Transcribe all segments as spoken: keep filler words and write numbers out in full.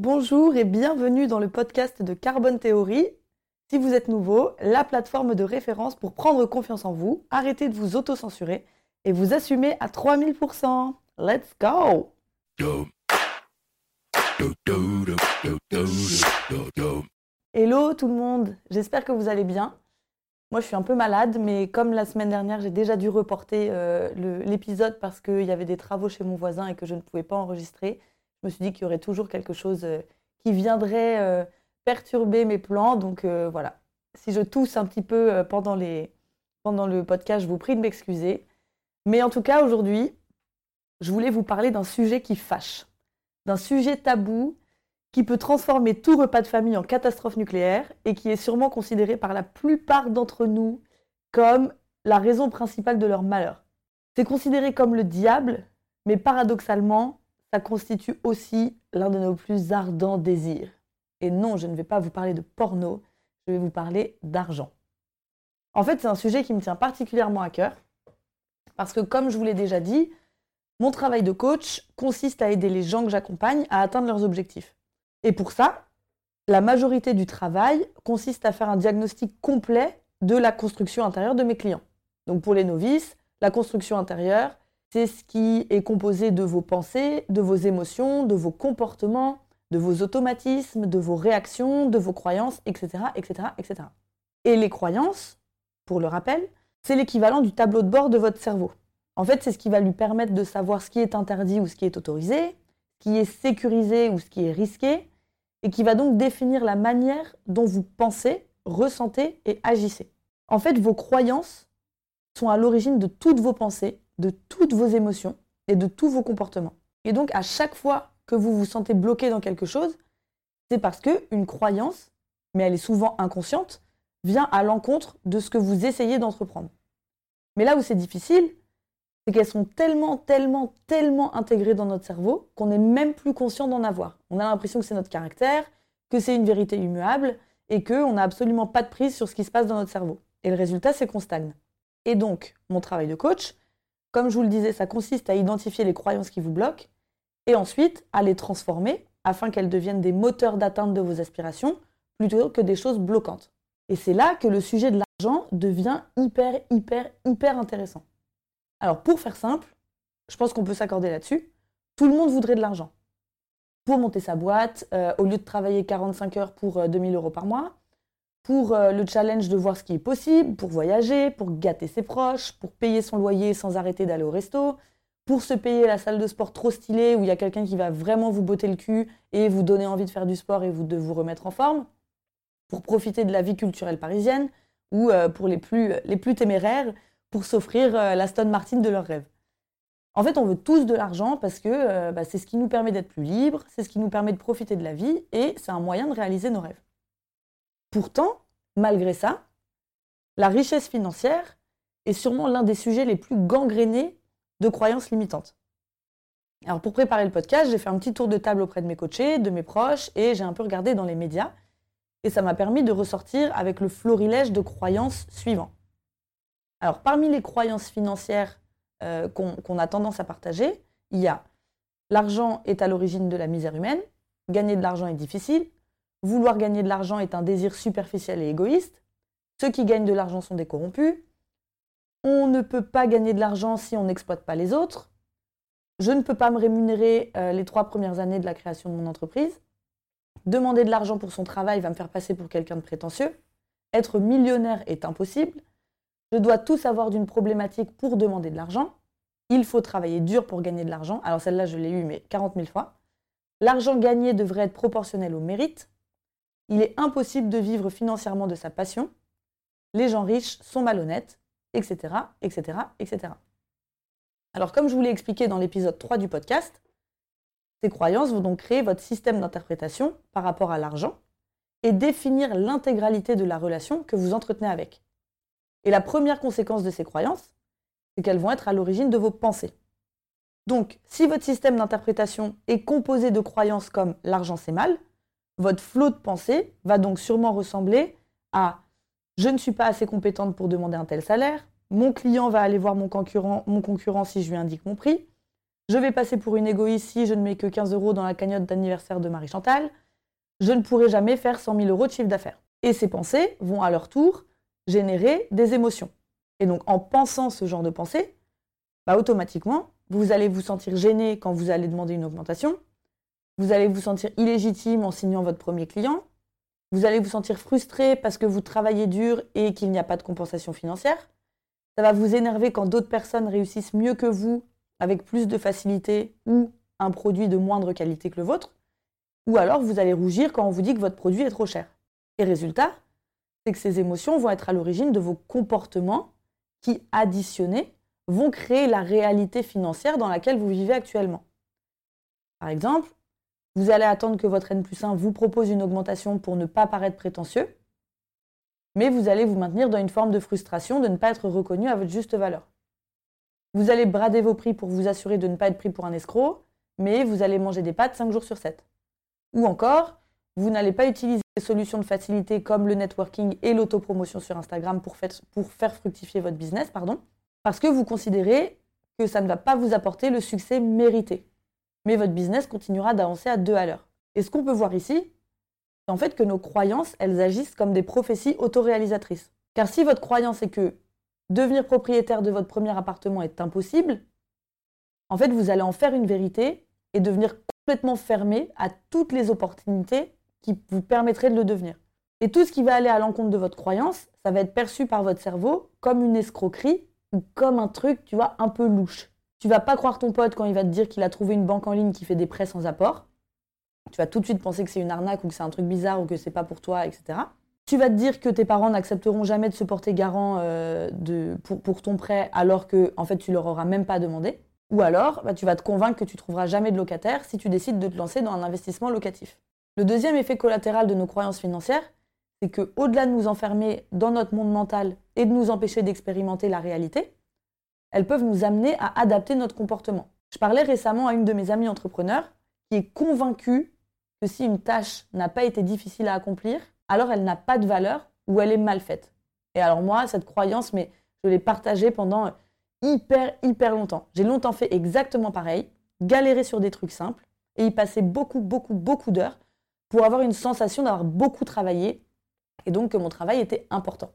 Bonjour et bienvenue dans le podcast de Carbone Theory. Si vous êtes nouveau, la plateforme de référence pour prendre confiance en vous, arrêter de vous auto-censurer et vous assumer à trois mille pour cent. Let's go! Hello tout le monde, j'espère que vous allez bien. Moi je suis un peu malade, mais comme la semaine dernière j'ai déjà dû reporter euh, le, l'épisode parce qu'il y avait des travaux chez mon voisin et que je ne pouvais pas enregistrer, je me suis dit qu'il y aurait toujours quelque chose euh, qui viendrait euh, perturber mes plans. Donc euh, voilà, si je tousse un petit peu euh, pendant, les, pendant le podcast, je vous prie de m'excuser. Mais en tout cas aujourd'hui, je voulais vous parler d'un sujet qui fâche, d'un sujet tabou qui peut transformer tout repas de famille en catastrophe nucléaire et qui est sûrement considéré par la plupart d'entre nous comme la raison principale de leur malheur. C'est considéré comme le diable, mais paradoxalement, ça constitue aussi l'un de nos plus ardents désirs. Et non, je ne vais pas vous parler de porno, je vais vous parler d'argent. En fait, c'est un sujet qui me tient particulièrement à cœur, parce que comme je vous l'ai déjà dit, mon travail de coach consiste à aider les gens que j'accompagne à atteindre leurs objectifs. Et pour ça, la majorité du travail consiste à faire un diagnostic complet de la construction intérieure de mes clients. Donc pour les novices, la construction intérieure, c'est ce qui est composé de vos pensées, de vos émotions, de vos comportements, de vos automatismes, de vos réactions, de vos croyances, et cetera, et cetera, et cetera. Et les croyances, pour le rappel, c'est l'équivalent du tableau de bord de votre cerveau. En fait, c'est ce qui va lui permettre de savoir ce qui est interdit ou ce qui est autorisé, ce qui est sécurisé ou ce qui est risqué, et qui va donc définir la manière dont vous pensez, ressentez et agissez. En fait, vos croyances sont à l'origine de toutes vos pensées, de toutes vos émotions et de tous vos comportements. Et donc, à chaque fois que vous vous sentez bloqué dans quelque chose, c'est parce qu'une croyance, mais elle est souvent inconsciente, vient à l'encontre de ce que vous essayez d'entreprendre. Mais là où c'est difficile, c'est qu'elles sont tellement, tellement, tellement intégrées dans notre cerveau qu'on n'est même plus conscient d'en avoir. On a l'impression que c'est notre caractère, que c'est une vérité immuable et qu'on n'a absolument pas de prise sur ce qui se passe dans notre cerveau. Et le résultat, c'est qu'on stagne. Et donc, mon travail de coach, comme je vous le disais, ça consiste à identifier les croyances qui vous bloquent et ensuite à les transformer afin qu'elles deviennent des moteurs d'atteinte de vos aspirations plutôt que des choses bloquantes. Et c'est là que le sujet de l'argent devient hyper, hyper, hyper intéressant. Alors, pour faire simple, je pense qu'on peut s'accorder là-dessus. Tout le monde voudrait de l'argent. Pour monter sa boîte, euh, au lieu de travailler quarante-cinq heures pour euh, deux mille euros par mois, pour euh, le challenge de voir ce qui est possible, pour voyager, pour gâter ses proches, pour payer son loyer sans arrêter d'aller au resto, pour se payer la salle de sport trop stylée où il y a quelqu'un qui va vraiment vous botter le cul et vous donner envie de faire du sport et vous, de vous remettre en forme, pour profiter de la vie culturelle parisienne ou euh, pour les plus, les plus téméraires, pour s'offrir euh, l'Aston Martin de leurs rêves. En fait, on veut tous de l'argent parce que euh, bah, c'est ce qui nous permet d'être plus libres, c'est ce qui nous permet de profiter de la vie et c'est un moyen de réaliser nos rêves. Pourtant, malgré ça, la richesse financière est sûrement l'un des sujets les plus gangrénés de croyances limitantes. Alors pour préparer le podcast, j'ai fait un petit tour de table auprès de mes coachés, de mes proches et j'ai un peu regardé dans les médias et ça m'a permis de ressortir avec le florilège de croyances suivants. Alors, parmi les croyances financières euh, qu'on, qu'on a tendance à partager, il y a l'argent est à l'origine de la misère humaine, gagner de l'argent est difficile, vouloir gagner de l'argent est un désir superficiel et égoïste, ceux qui gagnent de l'argent sont des corrompus, on ne peut pas gagner de l'argent si on n'exploite pas les autres, je ne peux pas me rémunérer euh, les trois premières années de la création de mon entreprise, demander de l'argent pour son travail va me faire passer pour quelqu'un de prétentieux, être millionnaire est impossible, je dois tout savoir d'une problématique pour demander de l'argent. Il faut travailler dur pour gagner de l'argent. Alors celle-là, je l'ai eue, mais quarante mille fois. L'argent gagné devrait être proportionnel au mérite. Il est impossible de vivre financièrement de sa passion. Les gens riches sont malhonnêtes, et cetera, et cetera, et cetera. Alors comme je vous l'ai expliqué dans l'épisode trois du podcast, ces croyances vont donc créer votre système d'interprétation par rapport à l'argent et définir l'intégralité de la relation que vous entretenez avec. Et la première conséquence de ces croyances, c'est qu'elles vont être à l'origine de vos pensées. Donc, si votre système d'interprétation est composé de croyances comme « l'argent c'est mal », votre flot de pensée va donc sûrement ressembler à « je ne suis pas assez compétente pour demander un tel salaire »,« mon client va aller voir mon concurrent, mon concurrent si je lui indique mon prix »,« Je vais passer pour une égoïste si je ne mets que quinze euros dans la cagnotte d'anniversaire de Marie-Chantal. Je ne pourrai jamais faire cent mille euros de chiffre d'affaires. Et ces pensées vont à leur tour générer des émotions. Et donc, en pensant ce genre de pensée, bah, automatiquement, vous allez vous sentir gêné quand vous allez demander une augmentation. Vous allez vous sentir illégitime en signant votre premier client. Vous allez vous sentir frustré parce que vous travaillez dur et qu'il n'y a pas de compensation financière. Ça va vous énerver quand d'autres personnes réussissent mieux que vous, avec plus de facilité ou un produit de moindre qualité que le vôtre. Ou alors, vous allez rougir quand on vous dit que votre produit est trop cher. Et résultat, c'est que ces émotions vont être à l'origine de vos comportements qui, additionnés, vont créer la réalité financière dans laquelle vous vivez actuellement. Par exemple, vous allez attendre que votre N plus un vous propose une augmentation pour ne pas paraître prétentieux, mais vous allez vous maintenir dans une forme de frustration de ne pas être reconnu à votre juste valeur. Vous allez brader vos prix pour vous assurer de ne pas être pris pour un escroc, mais vous allez manger des pâtes cinq jours sur sept. Ou encore, vous n'allez pas utiliser des solutions de facilité comme le networking et l'autopromotion sur Instagram pour, fait, pour faire fructifier votre business, pardon, parce que vous considérez que ça ne va pas vous apporter le succès mérité. Mais votre business continuera d'avancer à deux à l'heure. Et ce qu'on peut voir ici, c'est en fait que nos croyances, elles agissent comme des prophéties autoréalisatrices. Car si votre croyance est que devenir propriétaire de votre premier appartement est impossible, en fait, vous allez en faire une vérité et devenir complètement fermé à toutes les opportunités qui vous permettraient de le devenir. Et tout ce qui va aller à l'encontre de votre croyance, ça va être perçu par votre cerveau comme une escroquerie ou comme un truc, tu vois, un peu louche. Tu vas pas croire ton pote quand il va te dire qu'il a trouvé une banque en ligne qui fait des prêts sans apport. Tu vas tout de suite penser que c'est une arnaque ou que c'est un truc bizarre ou que c'est pas pour toi, et cetera. Tu vas te dire que tes parents n'accepteront jamais de se porter garant euh, de, pour, pour ton prêt alors que en fait, tu leur auras même pas demandé. Ou alors, bah, tu vas te convaincre que tu trouveras jamais de locataire si tu décides de te lancer dans un investissement locatif. Le deuxième effet collatéral de nos croyances financières, c'est qu'au-delà de nous enfermer dans notre monde mental et de nous empêcher d'expérimenter la réalité, elles peuvent nous amener à adapter notre comportement. Je parlais récemment à une de mes amies entrepreneurs qui est convaincue que si une tâche n'a pas été difficile à accomplir, alors elle n'a pas de valeur ou elle est mal faite. Et alors moi, cette croyance, mais je l'ai partagée pendant hyper, hyper longtemps. J'ai longtemps fait exactement pareil, galérer sur des trucs simples et y passer beaucoup, beaucoup, beaucoup d'heures pour avoir une sensation d'avoir beaucoup travaillé et donc que mon travail était important.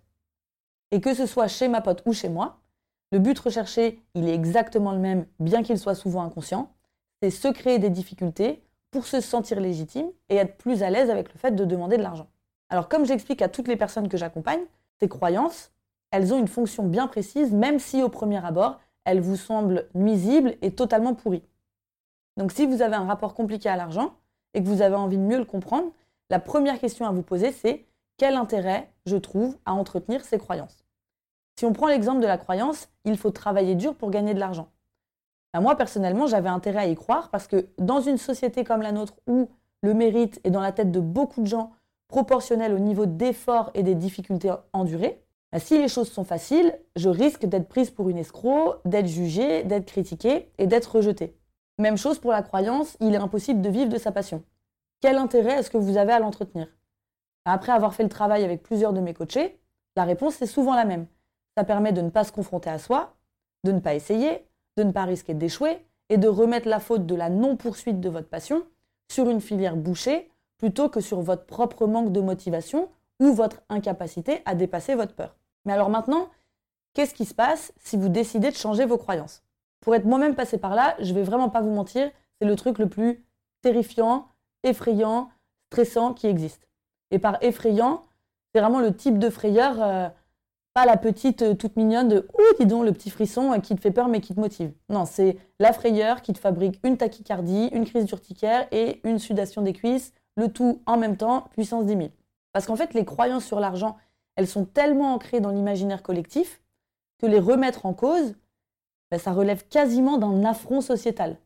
Et que ce soit chez ma pote ou chez moi, le but recherché, il est exactement le même, bien qu'il soit souvent inconscient, c'est se créer des difficultés pour se sentir légitime et être plus à l'aise avec le fait de demander de l'argent. Alors comme j'explique à toutes les personnes que j'accompagne, ces croyances, elles ont une fonction bien précise, même si au premier abord, elles vous semblent nuisibles et totalement pourries. Donc si vous avez un rapport compliqué à l'argent et que vous avez envie de mieux le comprendre, la première question à vous poser, c'est quel intérêt je trouve à entretenir ces croyances ? Si on prend l'exemple de la croyance, il faut travailler dur pour gagner de l'argent. Ben moi, personnellement, j'avais intérêt à y croire parce que dans une société comme la nôtre où le mérite est dans la tête de beaucoup de gens proportionnel au niveau d'effort et des difficultés endurées, ben si les choses sont faciles, je risque d'être prise pour une escroc, d'être jugée, d'être critiquée et d'être rejetée. Même chose pour la croyance, il est impossible de vivre de sa passion. Quel intérêt est-ce que vous avez à l'entretenir ? Après avoir fait le travail avec plusieurs de mes coachés, la réponse est souvent la même. Ça permet de ne pas se confronter à soi, de ne pas essayer, de ne pas risquer d'échouer et de remettre la faute de la non-poursuite de votre passion sur une filière bouchée plutôt que sur votre propre manque de motivation ou votre incapacité à dépasser votre peur. Mais alors maintenant, qu'est-ce qui se passe si vous décidez de changer vos croyances ? Pour être moi-même passée par là, je vais vraiment pas vous mentir, c'est le truc le plus terrifiant, effrayant, stressant qui existe. Et par effrayant, c'est vraiment le type de frayeur... Euh, Pas la petite euh, toute mignonne de « Ouh, dis donc, le petit frisson euh, qui te fait peur mais qui te motive ». Non, c'est la frayeur qui te fabrique une tachycardie, une crise d'urticaire et une sudation des cuisses, le tout en même temps, puissance dix mille. Parce qu'en fait, les croyances sur l'argent, elles sont tellement ancrées dans l'imaginaire collectif que les remettre en cause, ben, ça relève quasiment d'un affront sociétal.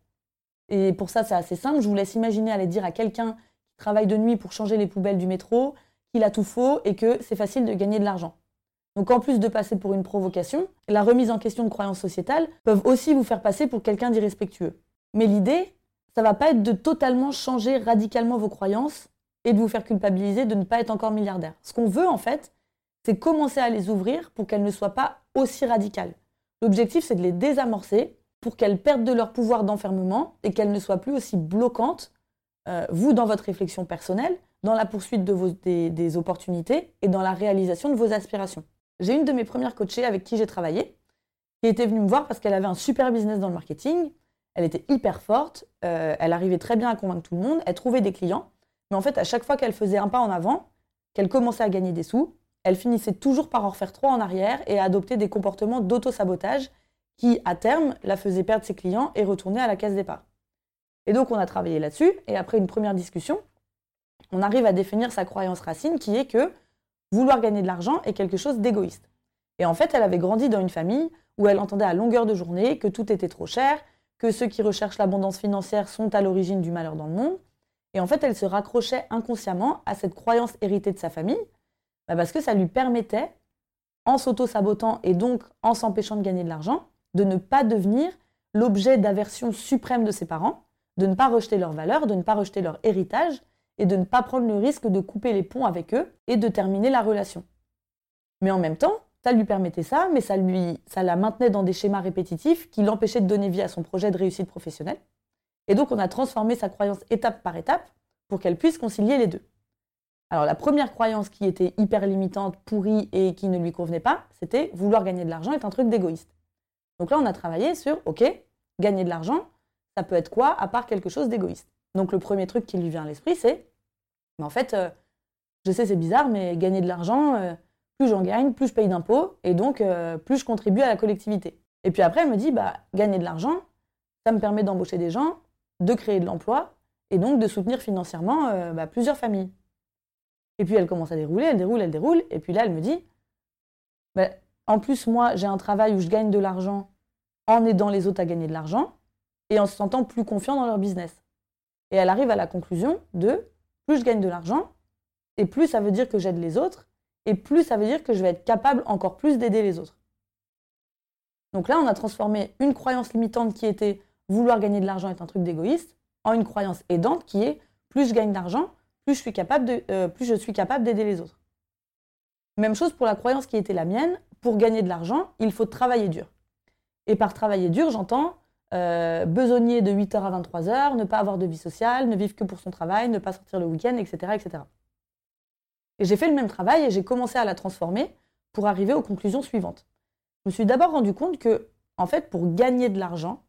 Et pour ça, c'est assez simple. Je vous laisse imaginer aller dire à quelqu'un qui travaille de nuit pour changer les poubelles du métro qu'il a tout faux et que c'est facile de gagner de l'argent. Donc en plus de passer pour une provocation, la remise en question de croyances sociétales peuvent aussi vous faire passer pour quelqu'un d'irrespectueux. Mais l'idée, ça va pas être de totalement changer radicalement vos croyances et de vous faire culpabiliser de ne pas être encore milliardaire. Ce qu'on veut en fait, c'est commencer à les ouvrir pour qu'elles ne soient pas aussi radicales. L'objectif, c'est de les désamorcer pour qu'elles perdent de leur pouvoir d'enfermement et qu'elles ne soient plus aussi bloquantes, euh, vous, dans votre réflexion personnelle, dans la poursuite de vos, des, des opportunités et dans la réalisation de vos aspirations. J'ai une de mes premières coachées avec qui j'ai travaillé, qui était venue me voir parce qu'elle avait un super business dans le marketing, elle était hyper forte, euh, elle arrivait très bien à convaincre tout le monde, elle trouvait des clients, mais en fait, à chaque fois qu'elle faisait un pas en avant, qu'elle commençait à gagner des sous, elle finissait toujours par en refaire trois en arrière et à adopter des comportements d'auto-sabotage qui, à terme, la faisaient perdre ses clients et retourner à la case départ. Et donc, on a travaillé là-dessus, et après une première discussion, on arrive à définir sa croyance racine qui est que vouloir gagner de l'argent est quelque chose d'égoïste. Et en fait, elle avait grandi dans une famille où elle entendait à longueur de journée que tout était trop cher, que ceux qui recherchent l'abondance financière sont à l'origine du malheur dans le monde. Et en fait, elle se raccrochait inconsciemment à cette croyance héritée de sa famille, bah parce que ça lui permettait, en s'auto-sabotant et donc en s'empêchant de gagner de l'argent, de ne pas devenir l'objet d'aversion suprême de ses parents, de ne pas rejeter leurs valeurs, de ne pas rejeter leur héritage et de ne pas prendre le risque de couper les ponts avec eux et de terminer la relation. Mais en même temps, ça lui permettait ça, mais ça, lui, ça la maintenait dans des schémas répétitifs qui l'empêchaient de donner vie à son projet de réussite professionnelle. Et donc, on a transformé sa croyance étape par étape pour qu'elle puisse concilier les deux. Alors, la première croyance qui était hyper limitante, pourrie et qui ne lui convenait pas, c'était vouloir gagner de l'argent est un truc d'égoïste. Donc là, on a travaillé sur, ok, gagner de l'argent, ça peut être quoi à part quelque chose d'égoïste. Donc le premier truc qui lui vient à l'esprit, c'est, mais en fait, euh, je sais c'est bizarre, mais gagner de l'argent, euh, plus j'en gagne, plus je paye d'impôts, et donc euh, plus je contribue à la collectivité. Et puis après, elle me dit, bah, gagner de l'argent, ça me permet d'embaucher des gens, de créer de l'emploi, et donc de soutenir financièrement euh, bah, plusieurs familles. Et puis elle commence à dérouler, elle déroule, elle déroule, et puis là, elle me dit, bah, en plus, moi, j'ai un travail où je gagne de l'argent en aidant les autres à gagner de l'argent, et en se sentant plus confiant dans leur business. Et elle arrive à la conclusion de plus je gagne de l'argent, et plus ça veut dire que j'aide les autres, et plus ça veut dire que je vais être capable encore plus d'aider les autres. Donc là, on a transformé une croyance limitante qui était vouloir gagner de l'argent est un truc d'égoïste, en une croyance aidante qui est plus je gagne d'argent, plus je suis capable de, euh, plus je suis capable d'aider les autres. Même chose pour la croyance qui était la mienne, pour gagner de l'argent, il faut travailler dur. Et par travailler dur, j'entends Euh, besogner de huit heures à vingt-trois heures, ne pas avoir de vie sociale, ne vivre que pour son travail, ne pas sortir le week-end, et cetera, et cetera. Et j'ai fait le même travail et j'ai commencé à la transformer pour arriver aux conclusions suivantes. Je me suis d'abord rendu compte que, en fait, pour gagner de l'argent,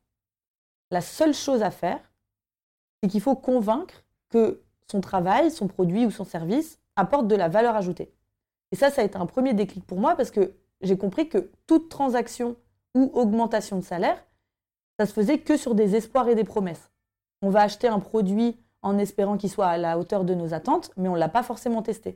la seule chose à faire, c'est qu'il faut convaincre que son travail, son produit ou son service apporte de la valeur ajoutée. Et ça, ça a été un premier déclic pour moi parce que j'ai compris que toute transaction ou augmentation de salaire, ça se faisait que sur des espoirs et des promesses. On va acheter un produit en espérant qu'il soit à la hauteur de nos attentes, mais on ne l'a pas forcément testé.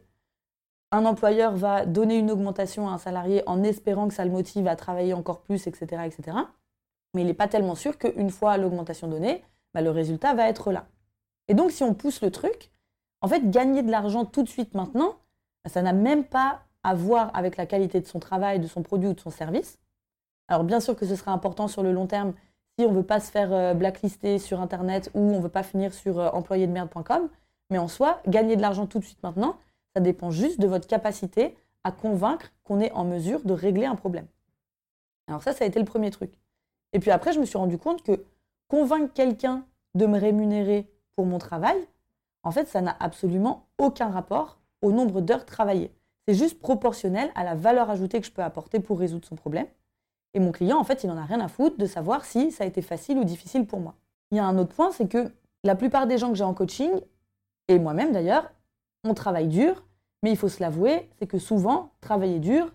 Un employeur va donner une augmentation à un salarié en espérant que ça le motive à travailler encore plus, et cetera, et cetera. Mais il n'est pas tellement sûr qu'une fois l'augmentation donnée, bah, le résultat va être là. Et donc, si on pousse le truc, en fait, gagner de l'argent tout de suite maintenant, bah, ça n'a même pas à voir avec la qualité de son travail, de son produit ou de son service. Alors, bien sûr que ce sera important sur le long terme si on ne veut pas se faire blacklister sur Internet ou on ne veut pas finir sur employé de merde point com. Mais en soi, gagner de l'argent tout de suite maintenant, ça dépend juste de votre capacité à convaincre qu'on est en mesure de régler un problème. Alors ça, ça a été le premier truc. Et puis après, je me suis rendu compte que convaincre quelqu'un de me rémunérer pour mon travail, en fait, ça n'a absolument aucun rapport au nombre d'heures travaillées. C'est juste proportionnel à la valeur ajoutée que je peux apporter pour résoudre son problème. Et mon client, en fait, il n'en a rien à foutre de savoir si ça a été facile ou difficile pour moi. Il y a un autre point, c'est que la plupart des gens que j'ai en coaching, et moi-même d'ailleurs, on travaille dur, mais il faut se l'avouer, c'est que souvent, travailler dur,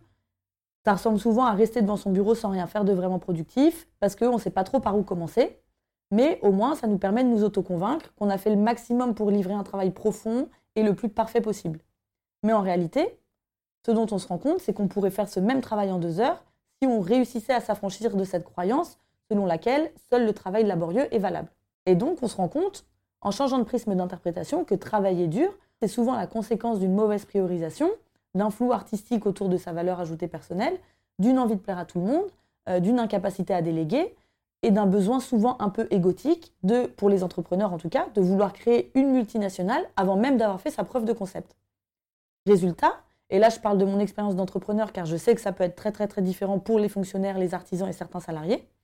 ça ressemble souvent à rester devant son bureau sans rien faire de vraiment productif, parce qu'on ne sait pas trop par où commencer, mais au moins, ça nous permet de nous autoconvaincre qu'on a fait le maximum pour livrer un travail profond et le plus parfait possible. Mais en réalité, ce dont on se rend compte, c'est qu'on pourrait faire ce même travail en deux heures, si on réussissait à s'affranchir de cette croyance selon laquelle seul le travail laborieux est valable. Et donc, on se rend compte, en changeant de prisme d'interprétation, que travailler dur, c'est souvent la conséquence d'une mauvaise priorisation, d'un flou artistique autour de sa valeur ajoutée personnelle, d'une envie de plaire à tout le monde, euh, d'une incapacité à déléguer et d'un besoin souvent un peu égotique, de, pour les entrepreneurs en tout cas, de vouloir créer une multinationale avant même d'avoir fait sa preuve de concept. Résultat, et là, je parle de mon expérience d'entrepreneur car je sais que ça peut être très très très différent pour les fonctionnaires, les artisans et certains salariés.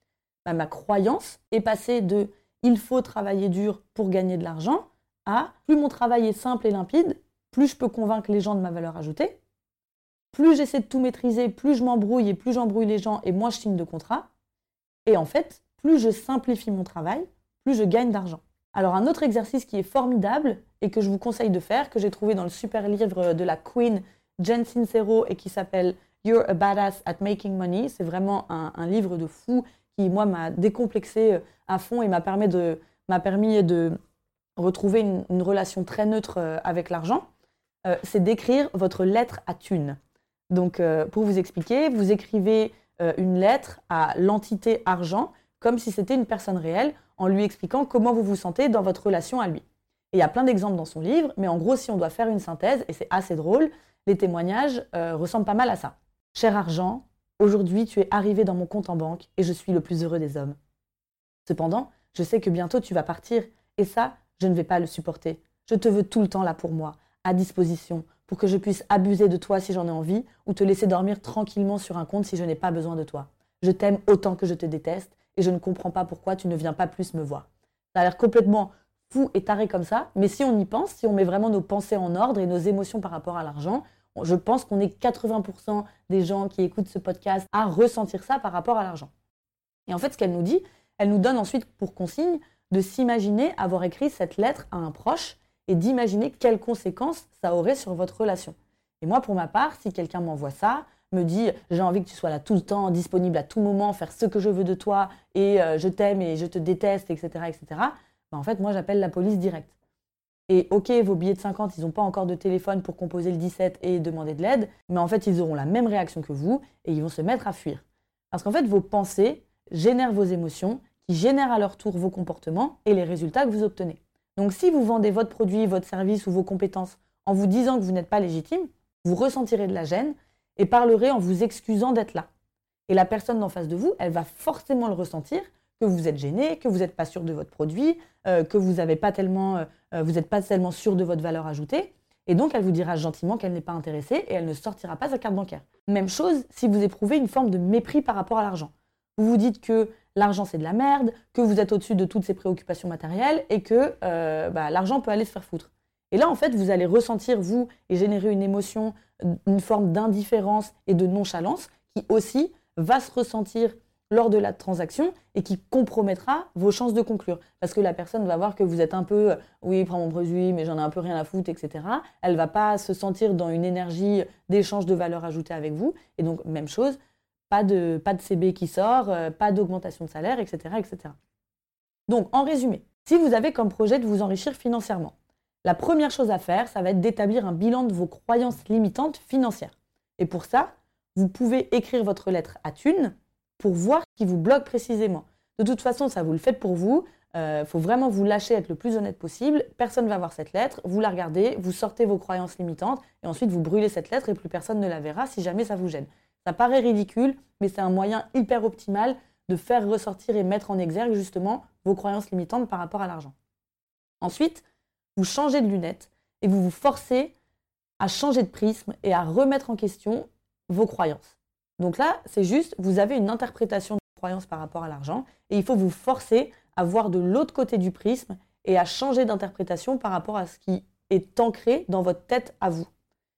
bah, ma croyance est passée de « il faut travailler dur pour gagner de l'argent » à « plus mon travail est simple et limpide, plus je peux convaincre les gens de ma valeur ajoutée, plus j'essaie de tout maîtriser, plus je m'embrouille et plus j'embrouille les gens et moins je signe de contrat. Et en fait, plus je simplifie mon travail, plus je gagne d'argent. » Alors un autre exercice qui est formidable et que je vous conseille de faire, que j'ai trouvé dans le super livre de la Queen Jen Sincero et qui s'appelle « You're a badass at making money ». C'est vraiment un, un livre de fou qui, moi, m'a décomplexé à fond et m'a permis de, m'a permis de retrouver une, une relation très neutre avec l'argent. Euh, c'est d'écrire votre lettre à thune. Donc, euh, pour vous expliquer, vous écrivez euh, une lettre à l'entité argent comme si c'était une personne réelle, en lui expliquant comment vous vous sentez dans votre relation à lui. Et il y a plein d'exemples dans son livre, mais en gros, si on doit faire une synthèse, et c'est assez drôle, les témoignages euh, ressemblent pas mal à ça. « Cher argent, aujourd'hui tu es arrivé dans mon compte en banque et je suis le plus heureux des hommes. Cependant, je sais que bientôt tu vas partir et ça, je ne vais pas le supporter. Je te veux tout le temps là pour moi, à disposition, pour que je puisse abuser de toi si j'en ai envie ou te laisser dormir tranquillement sur un compte si je n'ai pas besoin de toi. Je t'aime autant que je te déteste et je ne comprends pas pourquoi tu ne viens pas plus me voir. » Ça a l'air complètement fou et taré comme ça, mais si on y pense, si on met vraiment nos pensées en ordre et nos émotions par rapport à l'argent, je pense qu'on est quatre-vingts pour cent des gens qui écoutent ce podcast à ressentir ça par rapport à l'argent. Et en fait, ce qu'elle nous dit, elle nous donne ensuite pour consigne de s'imaginer avoir écrit cette lettre à un proche et d'imaginer quelles conséquences ça aurait sur votre relation. Et moi, pour ma part, si quelqu'un m'envoie ça, me dit « j'ai envie que tu sois là tout le temps, disponible à tout moment, faire ce que je veux de toi, et euh, je t'aime et je te déteste, et cetera et cetera » ben en fait, moi, j'appelle la police directe. Et ok, vos billets de cinquante, ils n'ont pas encore de téléphone pour composer le dix-sept et demander de l'aide, mais en fait, ils auront la même réaction que vous et ils vont se mettre à fuir. Parce qu'en fait, vos pensées génèrent vos émotions, qui génèrent à leur tour vos comportements et les résultats que vous obtenez. Donc si vous vendez votre produit, votre service ou vos compétences en vous disant que vous n'êtes pas légitime, vous ressentirez de la gêne et parlerez en vous excusant d'être là. Et la personne d'en face de vous, elle va forcément le ressentir, que vous êtes gêné, que vous n'êtes pas sûr de votre produit, euh, que vous n'êtes pas tellement, euh, vous n'êtes pas tellement sûr de votre valeur ajoutée. Et donc, elle vous dira gentiment qu'elle n'est pas intéressée et elle ne sortira pas sa carte bancaire. Même chose si vous éprouvez une forme de mépris par rapport à l'argent. Vous vous dites que l'argent, c'est de la merde, que vous êtes au-dessus de toutes ces préoccupations matérielles et que euh, bah, l'argent peut aller se faire foutre. Et là, en fait, vous allez ressentir, vous, et générer une émotion, une forme d'indifférence et de nonchalance qui aussi va se ressentir lors de la transaction et qui compromettra vos chances de conclure. Parce que la personne va voir que vous êtes un peu « oui, prends mon produit, mais j'en ai un peu rien à foutre, et cetera » Elle ne va pas se sentir dans une énergie d'échange de valeur ajoutée avec vous. Et donc, même chose, pas de, pas de C B qui sort, euh, pas d'augmentation de salaire, et cetera, et cetera. Donc, en résumé, si vous avez comme projet de vous enrichir financièrement, la première chose à faire, ça va être d'établir un bilan de vos croyances limitantes financières. Et pour ça, vous pouvez écrire votre lettre à thune pour voir ce qui vous bloque précisément. De toute façon, ça vous le faites pour vous. Il euh, faut vraiment vous lâcher, être le plus honnête possible. Personne ne va voir cette lettre. Vous la regardez, vous sortez vos croyances limitantes et ensuite vous brûlez cette lettre et plus personne ne la verra si jamais ça vous gêne. Ça paraît ridicule, mais c'est un moyen hyper optimal de faire ressortir et mettre en exergue justement vos croyances limitantes par rapport à l'argent. Ensuite, vous changez de lunettes et vous vous forcez à changer de prisme et à remettre en question vos croyances. Donc là, c'est juste, vous avez une interprétation de vos croyances par rapport à l'argent et il faut vous forcer à voir de l'autre côté du prisme et à changer d'interprétation par rapport à ce qui est ancré dans votre tête à vous.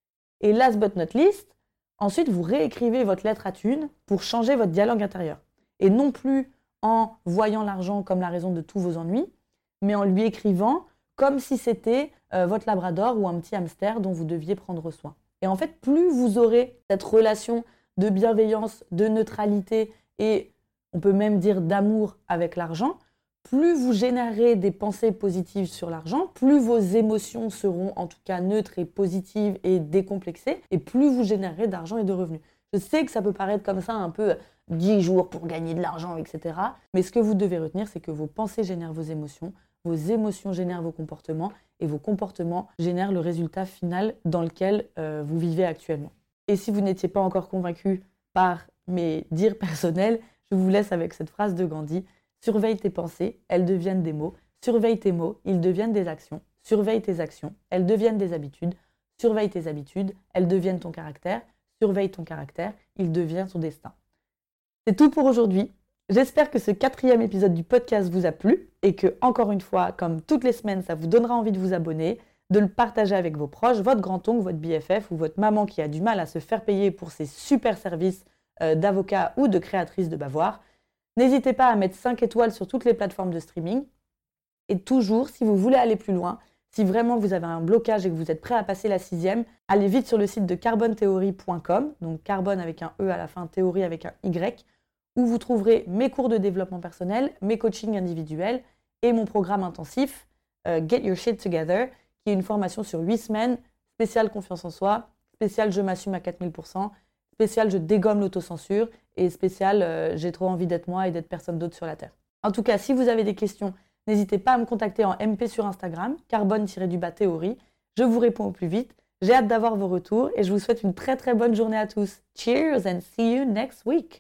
Et last but not least, ensuite, vous réécrivez votre lettre à thune pour changer votre dialogue intérieur. Et non plus en voyant l'argent comme la raison de tous vos ennuis, mais en lui écrivant comme si c'était euh, votre labrador ou un petit hamster dont vous deviez prendre soin. Et en fait, plus vous aurez cette relation de bienveillance, de neutralité et on peut même dire d'amour avec l'argent, plus vous générez des pensées positives sur l'argent, plus vos émotions seront en tout cas neutres et positives et décomplexées, et plus vous générez d'argent et de revenus. Je sais que ça peut paraître comme ça un peu dix jours pour gagner de l'argent, et cetera. Mais ce que vous devez retenir, c'est que vos pensées génèrent vos émotions, vos émotions génèrent vos comportements, et vos comportements génèrent le résultat final dans lequel euh, vous vivez actuellement. Et si vous n'étiez pas encore convaincu par mes dires personnels, je vous laisse avec cette phrase de Gandhi. Surveille tes pensées, elles deviennent des mots. Surveille tes mots, ils deviennent des actions. Surveille tes actions, elles deviennent des habitudes. Surveille tes habitudes, elles deviennent ton caractère. Surveille ton caractère, il devient ton destin. C'est tout pour aujourd'hui. J'espère que ce quatrième épisode du podcast vous a plu et que, encore une fois, comme toutes les semaines, ça vous donnera envie de vous abonner, de le partager avec vos proches, votre grand-oncle, votre B F F ou votre maman qui a du mal à se faire payer pour ses super services euh, d'avocat ou de créatrice de Bavoir. N'hésitez pas à mettre cinq étoiles sur toutes les plateformes de streaming. Et toujours, si vous voulez aller plus loin, si vraiment vous avez un blocage et que vous êtes prêt à passer la sixième, allez vite sur le site de carbone theory point com, donc carbone avec un E à la fin, théorie avec un Y, où vous trouverez mes cours de développement personnel, mes coachings individuels et mon programme intensif euh, Get Your Shit Together, qui est une formation sur huit semaines, spéciale confiance en soi, spéciale je m'assume à quatre mille pour cent, spéciale je dégomme l'autocensure et spéciale euh, j'ai trop envie d'être moi et d'être personne d'autre sur la Terre. En tout cas, si vous avez des questions, n'hésitez pas à me contacter en M P sur Instagram, carbone-du-bas théorie. Je vous réponds au plus vite. J'ai hâte d'avoir vos retours et je vous souhaite une très très bonne journée à tous. Cheers and see you next week.